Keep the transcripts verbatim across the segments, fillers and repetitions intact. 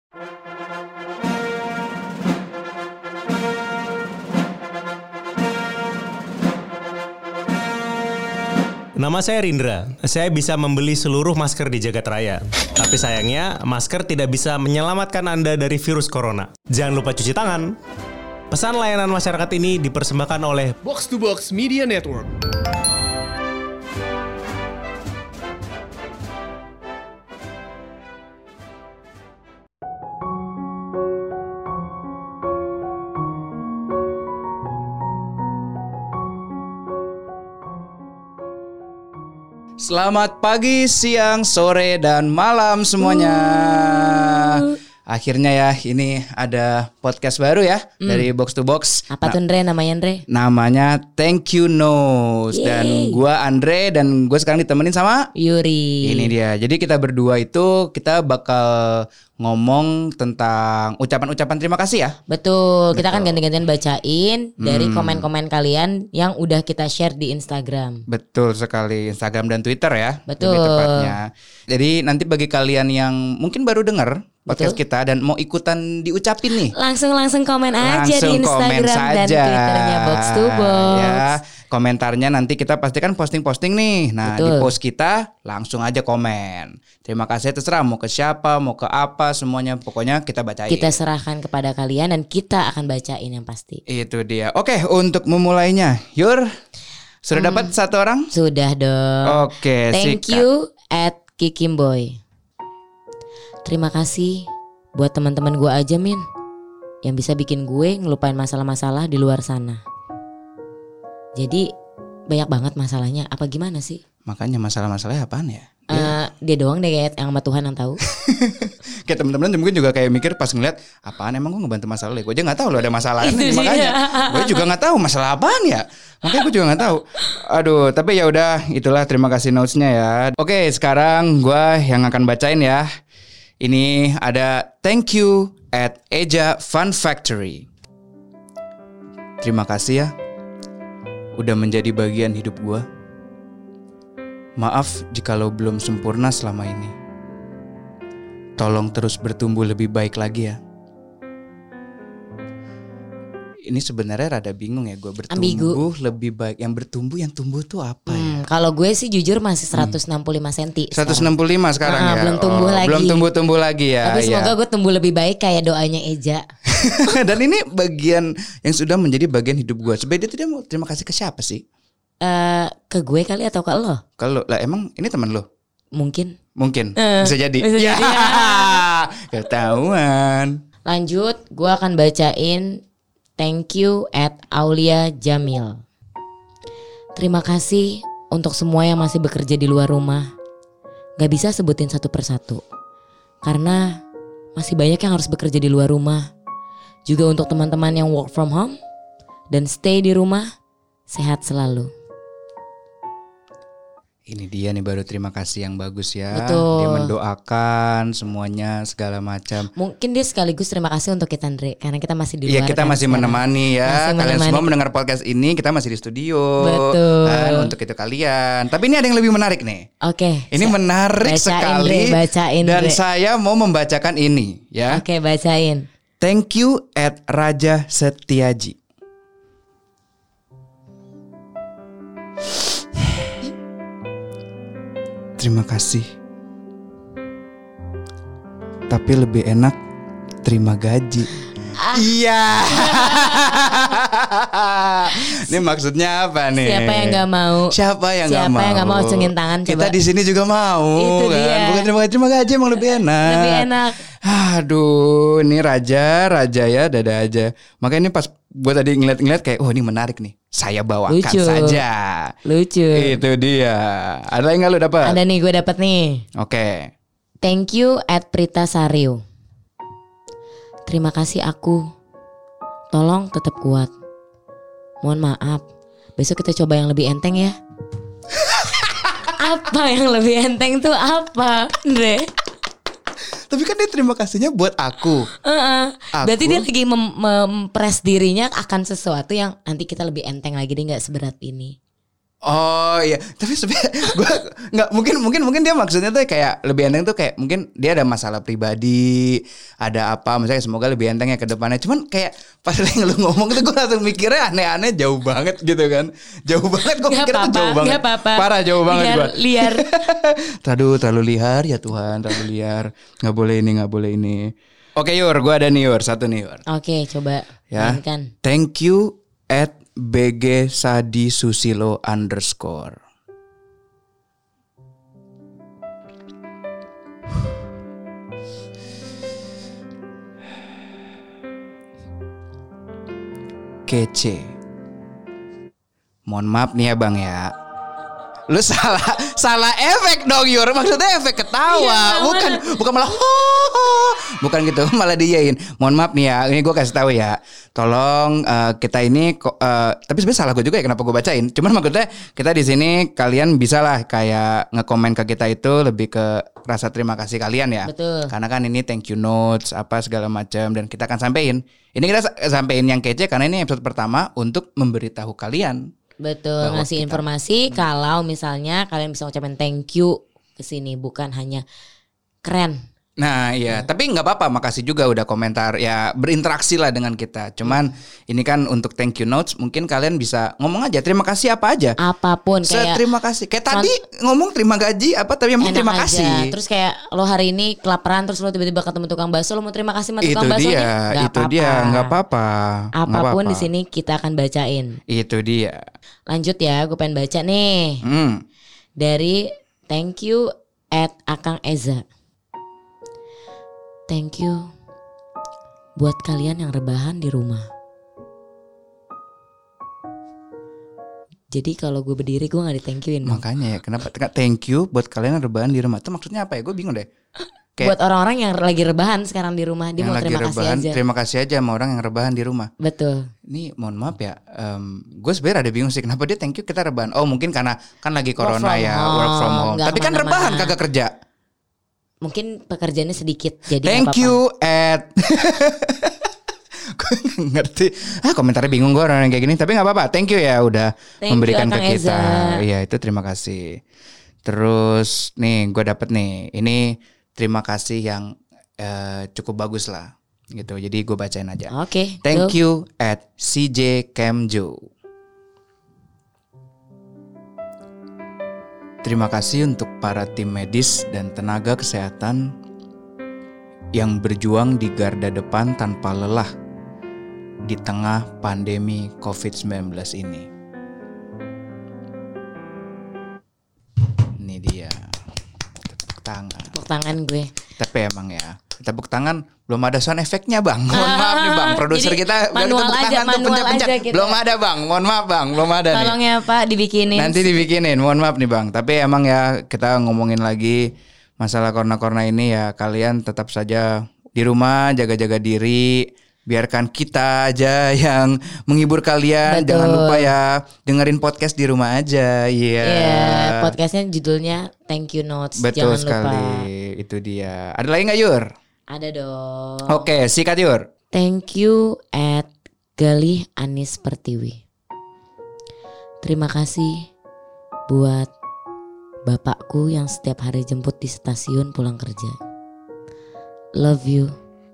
Nama saya Rindra. Saya bisa membeli seluruh masker di Jagat Raya. Tapi sayangnya, masker tidak bisa menyelamatkan Anda dari virus corona. Jangan lupa cuci tangan. Pesan layanan masyarakat ini dipersembahkan oleh Box to Box Media Network. Selamat pagi, siang, sore, dan malam semuanya. Uh. Akhirnya ya, ini ada podcast baru ya mm. dari Box to Box. Apa tuh Andre namanya Andre? Namanya Thank You Knows. Dan gue Andre dan gue sekarang ditemenin sama Yuri. Ini dia. Jadi kita berdua itu kita bakal ngomong tentang ucapan-ucapan terima kasih ya. Betul, Betul. Kita akan ganti-gantian bacain hmm. dari komen-komen kalian yang udah kita share di Instagram. Betul sekali, Instagram dan Twitter ya. Betul. Lebih tepatnya. Jadi nanti bagi kalian yang mungkin baru dengar podcast Betul. kita dan mau ikutan diucapin nih, langsung-langsung komen aja langsung di Instagram dan Twitternya Box to Box. Ya, komentarnya nanti kita pastikan posting-posting nih. Nah, Betul. di post kita langsung aja komen. Terima kasih, terserah mau ke siapa, mau ke apa, semuanya pokoknya kita bacain. Kita serahkan kepada kalian dan kita akan bacain yang pasti. Itu dia. Oke, untuk memulainya, Yur, sudah hmm. dapat satu orang? Sudah dong. Oke, Thank sikat. you at Kikimboy. Terima kasih buat teman-teman gue aja Min, yang bisa bikin gue ngelupain masalah-masalah di luar sana. Jadi banyak banget masalahnya. Apa gimana sih? Makanya masalah-masalahnya apaan ya? Dia, uh, dia doang deh kayak yang sama Tuhan yang tahu. Kayak teman-teman mungkin juga kayak mikir pas ngeliat apaan emang gue ngebantu masalah lo. Gue aja nggak tahu lo ada masalah ini. Makanya gue juga nggak tahu masalah apaan ya. Makanya gue juga nggak tahu. Aduh, tapi ya udah itulah, terima kasih notesnya ya. Oke, sekarang gue yang akan bacain ya. Ini ada thank you at Eja Fun Factory. Terima kasih ya, udah menjadi bagian hidup gue. Maaf jikalau belum sempurna selama ini. Tolong terus bertumbuh lebih baik lagi ya. Ini sebenarnya rada bingung ya, gue bertumbuh Ambigu. lebih baik. Yang bertumbuh, yang tumbuh tuh apa hmm, ya? Kalau gue sih jujur masih seratus enam puluh lima sentimeter. seratus enam puluh lima sekarang nah, ya. Belum tumbuh oh, lagi. Belum tumbuh-tumbuh lagi ya. Tapi semoga ya. gue tumbuh lebih baik kayak doanya Eja. Dan ini bagian yang sudah menjadi bagian hidup gue. Sebenarnya dia mau terima kasih ke siapa sih? Uh, ke gue kali atau ke lo? Kalau lah emang ini teman lo? Mungkin. Mungkin. Uh, bisa jadi. Bisa ya. jadi. Ketahuan. Lanjut, gue akan bacain thank you at Aulia Jamil. Terima kasih untuk semua yang masih bekerja di luar rumah. Gak bisa sebutin satu persatu, karena masih banyak yang harus bekerja di luar rumah. Juga untuk teman-teman yang work from home dan stay di rumah, sehat selalu. Ini dia nih baru terima kasih yang bagus ya. Betul. Dia mendoakan semuanya segala macam. Mungkin dia sekaligus terima kasih untuk kita Andre, karena kita masih di luar. Iya, kita kan masih sekarang. menemani ya. Masih kalian menemani. semua mendengar podcast ini, kita masih di studio. Betul. Kan, untuk itu kalian. Tapi ini ada yang lebih menarik nih. Oke. Ini menarik bacain, sekali. Dre, bacain, dan Dre. saya mau membacakan ini ya. Oke, bacain. Thank you at Raja Setiaji. Terima kasih. Tapi lebih enak terima gaji. Ah. Iya. Ini maksudnya apa nih? Siapa yang nggak mau? Siapa yang nggak mau? Siapa yang nggak mau acungin tangan coba? Kita di sini juga mau. Itu kan? dia. Bukan terima gaji, terima gaji emang lebih enak. Lebih enak. Aduh, ini raja, raja ya, dada aja. Makanya ini pas gue tadi ngeliat-ngeliat kayak, oh ini menarik nih. Saya bawakan Lucu. saja. Lucu. Itu dia. Ada yang nggak lu dapat? Ada nih, gue dapat nih. Oke. Okay. Thank you at Prita Sariu. Terima kasih aku. Tolong tetap kuat. Mohon maaf. Besok kita coba yang lebih enteng ya. Apa yang lebih enteng tuh apa, Andre? Tapi kan dia terima kasihnya buat aku. Uh-uh. Aku? Berarti dia lagi mem- mempres dirinya akan sesuatu yang nanti kita lebih enteng lagi, dia gak seberat ini. Oh iya, tapi sebenarnya gue nggak mungkin mungkin mungkin dia maksudnya tuh kayak lebih enteng tuh kayak mungkin dia ada masalah pribadi, ada apa, misalnya semoga lebih enteng ya ke depannya. Cuman kayak pas lagi lu ngomong itu gue langsung mikirnya aneh-aneh jauh banget gitu kan, jauh banget gue mikir tuh jauh banget, gak apa-apa. Parah jauh banget liar, gue. Liar. Aduh terlalu liar ya Tuhan, terlalu liar, nggak boleh ini nggak boleh ini. Oke Yur, gue ada nih Yur, satu nih Yur. Oke coba Ya, mainkan. thank you at B G Sadi Susilo underscore. Kece. Mohon maaf nih ya Bang ya. Lu salah salah efek dong Yur. Maksudnya efek ketawa, iya, bukan mana? bukan malah ho, ho. Bukan gitu, malah diyain. Mohon maaf nih ya. Ini gue kasih tahu ya. Tolong uh, kita ini uh, tapi sebenarnya salah gue juga ya kenapa gue bacain. Cuman maksudnya kita di sini kalian bisa lah kayak ngekomen ke kita itu lebih ke rasa terima kasih kalian ya. Betul. Karena kan ini thank you notes apa segala macam dan kita akan sampein. Ini kita sampein yang kece karena ini episode pertama untuk memberitahu kalian. Betul, Bahwa ngasih kita- informasi kalau misalnya kalian bisa ucapin thank you ke sini, bukan hanya keren. Nah iya, tapi nggak apa-apa, makasih juga udah komentar ya, berinteraksi lah dengan kita. Cuman ini kan untuk thank you notes, mungkin kalian bisa ngomong aja terima kasih apa aja. Apapun Se kayak terima kasih. Kayak tadi ngomong terima gaji apa tapi yang penting enak terima aja. kasih. Terus kayak lo hari ini kelaparan terus lo tiba-tiba ketemu tukang bakso, lo mau terima kasih sama Itu tukang baksonya? dia, Nggak itu apa-apa. dia, nggak apa-apa. nggak Apapun apa-apa. di sini kita akan bacain. Itu dia. Lanjut ya, gue pengen baca nih Hmm. dari thank you at Akang Eza. Thank you buat kalian yang rebahan di rumah. Jadi kalau gue berdiri gue gak di thank you-in. Makanya ya, kenapa thank you buat kalian yang rebahan di rumah. Itu maksudnya apa ya? Gue bingung deh. Kayak Buat orang-orang yang lagi rebahan sekarang di rumah, dia yang mau lagi terima kasih rebahan, aja. terima kasih aja sama orang yang rebahan di rumah. Betul. Ini mohon maaf ya, um, gue sebenarnya ada bingung sih kenapa dia thank you kita rebahan. Oh mungkin karena kan lagi corona from ya, home, work from home. nggak Tapi kan kemana-mana. rebahan kagak kerja. Mungkin pekerjaannya sedikit jadi Thank nggak apa-apa. you at. Gue nggak ngerti. Ah komentarnya bingung gue orang yang kayak gini. Tapi nggak apa-apa. Thank you ya udah Thank memberikan you, ke Kang kita. Eza. Iya itu terima kasih. Terus nih gue dapet nih. Ini terima kasih yang eh, cukup bagus lah. Gitu. Jadi gue bacain aja. Oke. Thank go. you at C J Kemjo. Terima kasih untuk para tim medis dan tenaga kesehatan yang berjuang di garda depan tanpa lelah di tengah pandemi covid sembilan belas ini. Ini dia. Tepuk tangan. Tepuk tangan gue. Tapi emang ya, tepuk tangan belum ada sound efeknya bang. Mohon maaf nih bang, produser Jadi kita biar manual tepuk aja, tangan tuh manual pencet-pencet. aja kita. Belum ada bang, mohon maaf bang, belum ada nih. Tolong ya Pak dibikinin. Nanti dibikinin, mohon maaf nih bang. Tapi emang ya kita ngomongin lagi masalah corona-corona ini ya, kalian tetap saja di rumah, jaga-jaga diri. Biarkan kita aja yang menghibur kalian. Betul. Jangan lupa ya dengerin podcast di rumah aja. Iya. Iya, podcastnya judulnya Thank You Notes. Betul Jangan sekali. lupa. Itu dia. Ada lagi nggak Yur? Ada dong. Oke, sikat Yur. Thank you at Galih Anis Pertiwi. Terima kasih buat bapakku yang setiap hari jemput di stasiun pulang kerja. Love you.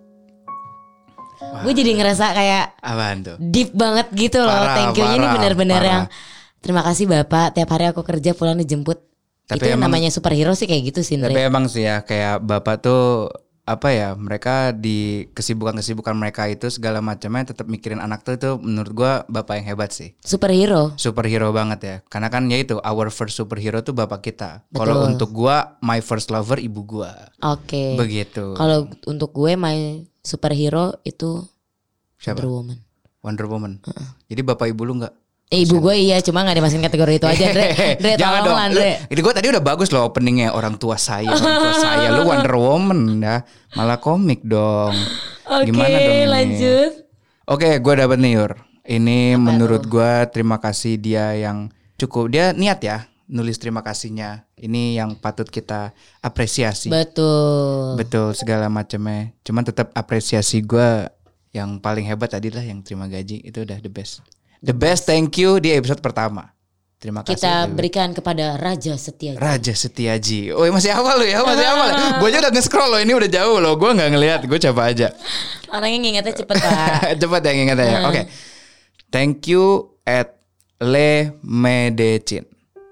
Gue jadi ngerasa kayak Apaan tuh? deep banget gitu loh. Parah, Thank you-nya ini parah, bener-bener parah. yang terima kasih bapak. Tiap hari aku kerja pulang dijemput. Tapi Itu yang emang- namanya superhero sih kayak gitu sih Tapi Ndre. emang sih ya kayak bapak tuh apa ya, mereka di kesibukan-kesibukan mereka itu segala macamnya tetap mikirin anak tuh, itu menurut gua bapak yang hebat sih. Superhero. Superhero banget ya. Karena kan ya itu our first superhero tuh bapak kita. Betul. Kalau untuk gua my first lover ibu gua. Oke. Begitu. Kalau untuk gue my superhero itu Siapa? Wonder Woman. Wonder Woman. Jadi bapak ibu lu enggak? Eh, ibu gue iya cuma gak dimasukin kategori itu aja Dre. Dre Jangan tolong dong. lah Lu- Dre. Itu gue tadi udah bagus loh openingnya, orang tua saya, orang tua saya. Lu Wonder Woman ya, malah komik dong. Oke Gimana dong ini? lanjut. Oke, gue dapet nih Yur. Ini menurut gue terima kasih dia yang cukup, dia niat ya nulis terima kasihnya. Ini yang patut kita apresiasi. Betul. Betul segala macamnya. Cuman tetap apresiasi gue yang paling hebat tadi lah yang terima gaji, itu udah the best. The best thank you di episode pertama. Terima kasih. Kita berikan kepada Raja Setiaji. Raja Setiaji. Oh masih awal lo ya, masih awal. Gue aja udah nge-scroll loh, ini udah jauh loh. Gue nggak ngelihat, gue coba aja. Orangnya ngingetnya cepet Pak. Cepet ya ngingetnya ya. Oke. Okay. Thank you at Le Medecin.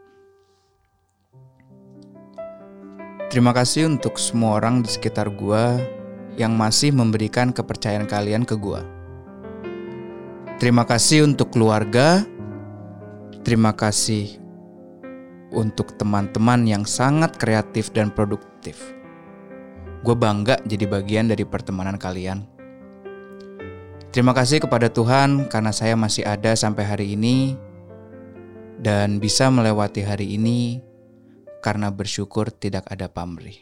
Terima kasih untuk semua orang di sekitar gue yang masih memberikan kepercayaan kalian ke gue. Terima kasih untuk keluarga. Terima kasih untuk teman-teman yang sangat kreatif dan produktif. Gue bangga jadi bagian dari pertemanan kalian. Terima kasih kepada Tuhan karena saya masih ada sampai hari ini dan bisa melewati hari ini karena bersyukur tidak ada pamrih.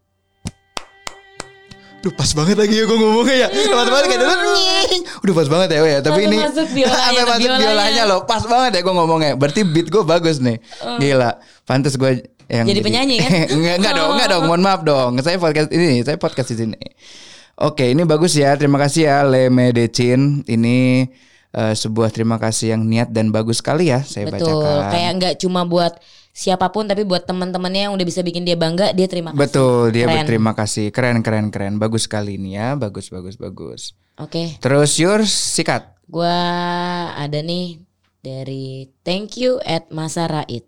Duh pas banget lagi ya gue ngomongnya ya. Teman-teman kayak udah pas banget ya, ya. Tapi ini masuk biolanya, masuk biolanya. biolanya loh. Pas banget ya gue ngomongnya. Berarti beat gue bagus nih. Gila. Pantes gue yang jadi, jadi penyanyi kan? enggak, enggak dong, enggak dong. Mohon maaf dong. Saya podcast ini, saya podcast di sini. Oke, ini bagus ya. Terima kasih ya Le Medecin. Ini uh, sebuah terima kasih yang niat dan bagus sekali ya saya Betul. bacakan. Kayak enggak cuma buat siapapun tapi buat teman-temannya yang udah bisa bikin dia bangga, dia terima kasih. Betul, dia keren. berterima kasih. Keren keren keren. Bagus sekali ini ya. Bagus bagus bagus. Oke. Okay. Terus yours sikat. Gua ada nih dari thank you at Masa Raid.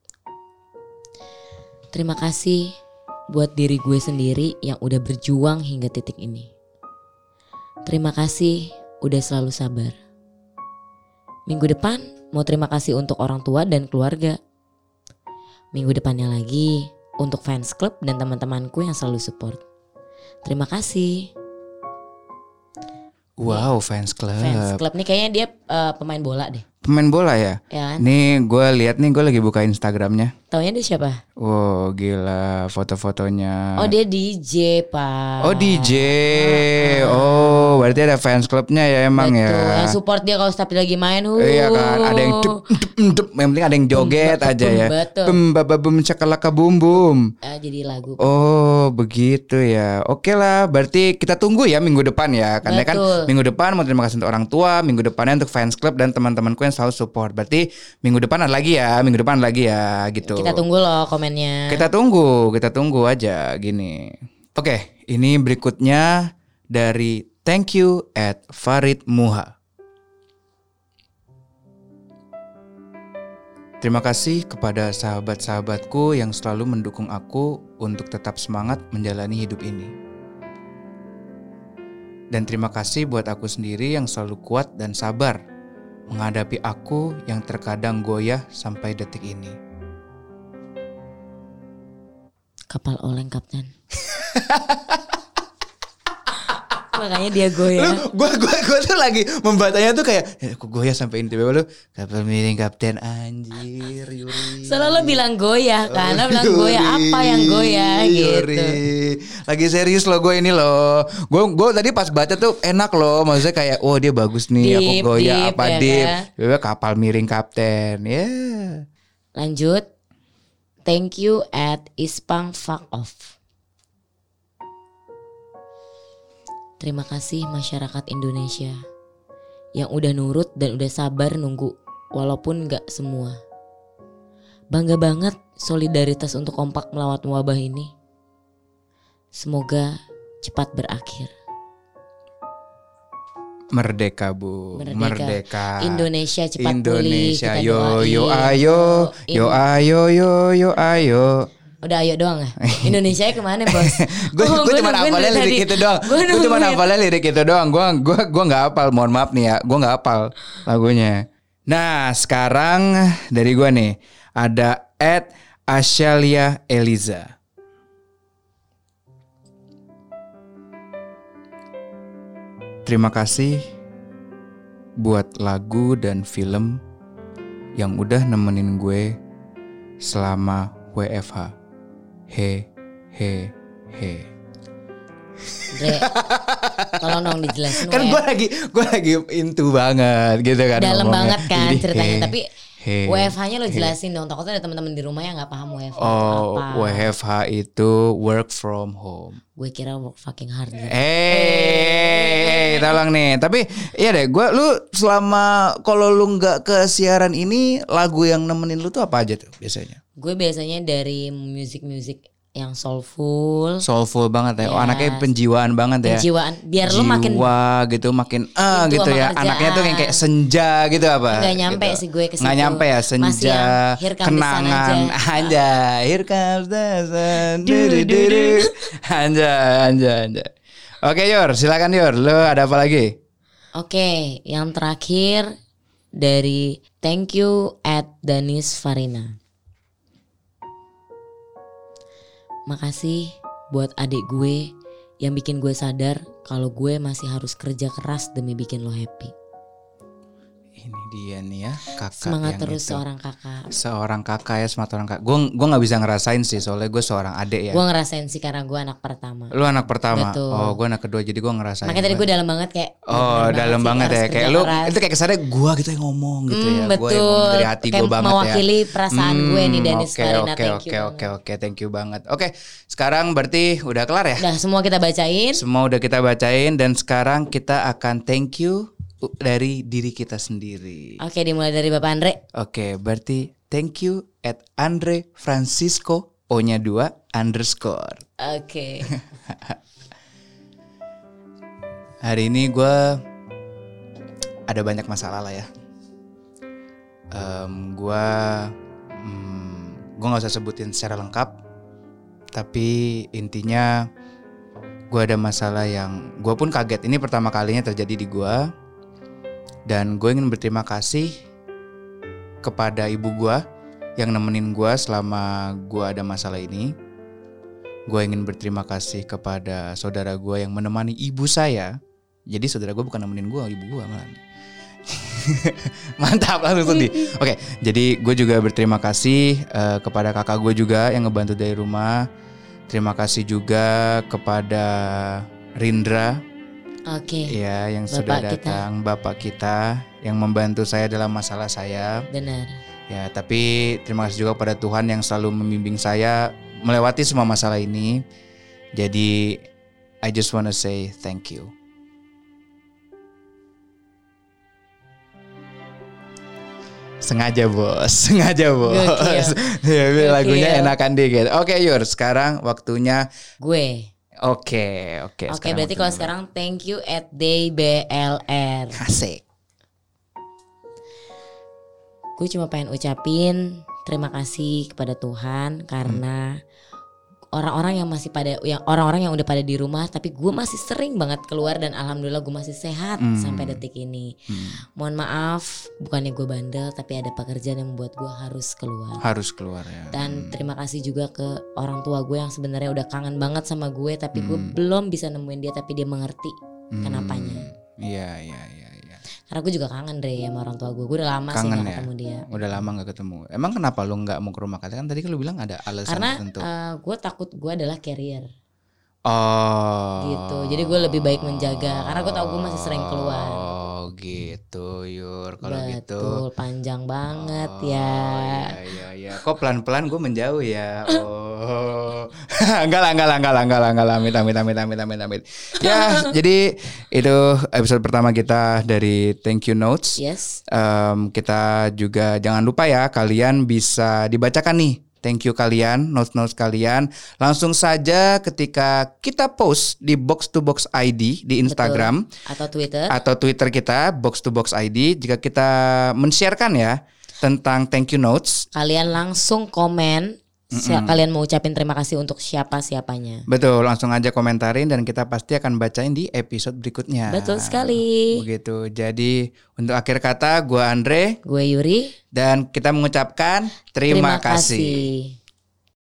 Terima kasih buat diri gue sendiri yang udah berjuang hingga titik ini. Terima kasih udah selalu sabar. Minggu depan mau terima kasih untuk orang tua dan keluarga. Minggu depannya lagi untuk fans club dan teman-temanku yang selalu support. Terima kasih. Wow, fans club. Fans club nih kayaknya dia uh, pemain bola deh. Pemain bola ya? Ya kan? Nih gue lihat nih, gue lagi buka Instagramnya. Taunya dia siapa? Wow gila foto-fotonya. Oh dia D J Pak. Oh D J. Oh berarti ada fans clubnya ya emang. Betul. Ya. Yang support dia kalau tapi lagi main. Uh. Iya kan. Ada yang dup, dup, dup. Yang penting ada yang joget Bum, aja bum, ya. betul. Bum baba bum cakalaka bum bum. Uh, jadi lagu. Oh begitu ya. Oke lah. Berarti kita tunggu ya minggu depan ya. Karena kan minggu depan mau terima kasih untuk orang tua. Minggu depannya untuk fans club dan teman-temanku yang selalu support. Berarti minggu depan ada lagi ya. Minggu depan ada lagi ya gitu. Kita tunggu loh komennya. Kita tunggu. Kita tunggu aja gini. Oke. Ini berikutnya dari thank you at Farid Muha. Terima kasih kepada sahabat-sahabatku yang selalu mendukung aku untuk tetap semangat menjalani hidup ini. Dan terima kasih buat aku sendiri yang selalu kuat dan sabar menghadapi aku yang terkadang goyah sampai detik ini. Kapal oleng kapten. Makanya dia goyah. Gue gue gue tuh lagi membacanya tuh kayak ya, aku goyah sampai ini tiba-tiba lu kapal miring kapten anjir Yuri. Selalu bilang goyah kan, lo bilang goyah apa yang goyah gitu. Yuri. Lagi serius loh gue ini loh. Gue gue tadi pas baca tuh enak loh, maksudnya kayak oh dia bagus nih, Deep, aku goyah deep, apa ya deep. kan? Tiba-tiba kapal miring kapten. Ya. Yeah. Lanjut. Thank you at Ispang Fuck Off. Terima kasih masyarakat Indonesia yang udah nurut dan udah sabar nunggu walaupun gak semua. Bangga banget solidaritas untuk kompak melawan wabah ini. Semoga cepat berakhir. Merdeka Bu, Merdeka. Merdeka. Indonesia cepat Indonesia, pulih. Kita yo doain. yo ayo, yo ayo yo yo ayo. Udah ayo doang ya? Indonesia kemana bos? Gue Oh, gue gua cuma nungguin hafalnya dari lirik tadi. itu doang. Gua Gue cuma nungguin. hafalnya lirik itu doang. Gue gue gue nggak hafal. Mohon maaf nih ya. Gue nggak hafal lagunya. Nah sekarang dari gue nih ada at Ashalia Eliza. Terima kasih buat lagu dan film yang udah nemenin gue selama W F H. He he he. Dre, tolong dong dijelasin. Kan W F. gue lagi gue lagi into banget gitu kan. Dalam ngomongnya. banget kan Jadi, ceritanya. he, Tapi he, Oke. W F H-nya lo jelasin dong. Takutnya ada teman-teman di rumah yang nggak paham W F H Oh, apa. W F H itu work from home. Gue kira work fucking hard. Gitu. Eh, tolong nih. Tapi iya deh, gue lu selama kalau lu nggak ke siaran ini, lagu yang nemenin lu tuh apa aja tuh biasanya? Gue biasanya dari music-music yang soulful. Soulful banget ya. Oh, Yes. anaknya penjiwaan banget ya. Penjiwaan. Biar lu makin jiwa gitu, makin ah Itu gitu sama ya. kerjaan. Anaknya tuh kayak, kayak senja gitu apa? Nggak nyampe gitu. sih gue ke situ. Nggak nyampe ya Masih senja, yang Here Comes the Sun kenangan, aja. anjay. Here comes the sun. Du-du-du-du. Anjay, anjay, anjay. Oke Yor, silakan Yor. Lu ada apa lagi? Oke, yang terakhir dari thank you at Danis Farina. Makasih buat adik gue yang bikin gue sadar kalau gue masih harus kerja keras demi bikin lo happy. Ini dia nih ya, kakak Semangat yang terus itu. seorang kakak. Seorang kakak ya, semangat orang kakak. Gue gue nggak bisa ngerasain sih, soalnya gue seorang adik ya. Gue ngerasain sih karena gue anak pertama. Lu anak pertama. Betul. Oh, gue anak kedua, jadi gue ngerasain. Makanya tadi gue dalam banget kayak Oh, bener dalam sih, banget harus ya. Kayak kerja lu keras. itu kayak kesannya gue gitu yang ngomong gitu Hmm, ya. Gue betul. ngomong dari hati Kayak gue banget mewakili ya. perasaan gue nih, Danis oke, Farina. Oke, Thank you oke, banget. oke, oke, thank you banget. Oke, sekarang berarti udah kelar ya? Udah semua kita bacain. Semua udah kita bacain dan sekarang kita akan thank you dari diri kita sendiri. Oke, dimulai dari Bapak Andre. Oke, berarti thank you at Andre Francisco O-nya dua underscore. Oke. Hari ini gue ada banyak masalah lah ya. Um, gue hmm, gue nggak usah sebutin secara lengkap, tapi intinya gue ada masalah yang gue pun kaget. Ini pertama kalinya terjadi di gue. Dan gue ingin berterima kasih kepada ibu gue yang nemenin gue selama gue ada masalah ini. Gue ingin berterima kasih kepada saudara gue yang menemani ibu saya. Jadi saudara gue bukan nemenin gue, ibu gue malah. Mantap, langsung sedih. Oke, jadi gue juga berterima kasih uh, kepada kakak gue juga yang ngebantu dari rumah. Terima kasih juga kepada Rindra. Oke. Ya, yang Bapak sudah kita. datang, bapak kita yang membantu saya dalam masalah saya. Benar. Ya, tapi terima kasih juga pada Tuhan yang selalu membimbing saya melewati semua masalah ini. Jadi, I just wanna say thank you. Sengaja bos, sengaja bos. Ya, Gokil. lagunya enakan dikit. Oke Yur, sekarang waktunya Gue. Oke, oke. Oke, berarti kalau sekarang thank you at D B L R. asik. Gue cuma pengen ucapin terima kasih kepada Tuhan karena orang-orang yang masih pada yang orang-orang yang udah pada di rumah, tapi gue masih sering banget keluar dan alhamdulillah gue masih sehat Hmm. sampai detik ini. Hmm. Mohon maaf, bukannya gue bandel, tapi ada pekerjaan yang membuat gue harus keluar. Harus keluar ya. Dan terima kasih juga ke orang tua gue yang sebenarnya udah kangen banget sama gue, tapi gue Hmm. belum bisa nemuin dia, tapi dia mengerti Hmm. kenapanya. Iya, iya, iya, iya. Karena gue juga kangen Dre sama orang tua gue. Gue udah lama sih Kangen gak ya? ketemu dia. Udah lama gak ketemu. Emang kenapa lu gak mau ke rumah? Kan tadi kan lu bilang ada alasan Karena tertentu. uh, gue takut gue adalah carrier Oh. gitu. Jadi gue lebih baik menjaga. Karena gue tahu gue masih sering keluar. Oh gitu Yur. Kalau gitu. Betul, panjang banget Oh, ya. Iya iya iya. Kok pelan-pelan gue menjauh ya. Oh. enggak lah enggak lah enggak lah enggak lah enggak lah. Amit amit amit amit amit amit. Ya, jadi itu episode pertama kita dari Thank You Notes. Yes. Um, kita juga jangan lupa ya, kalian bisa dibacakan nih thank you kalian, notes-notes kalian langsung saja ketika kita post di Box to Box I D di Instagram. Betul. Atau Twitter. Atau Twitter kita Box to Box I D. Jika kita men-sharekan ya tentang thank you notes, Kalian langsung komen. Si- Kalian mau ucapin terima kasih untuk siapa-siapanya. betul, langsung aja komentarin dan kita pasti akan bacain di episode berikutnya. Betul sekali. Begitu. Jadi untuk akhir kata gue Andre Gue Yuri. dan kita mengucapkan terima, kasih. kasih.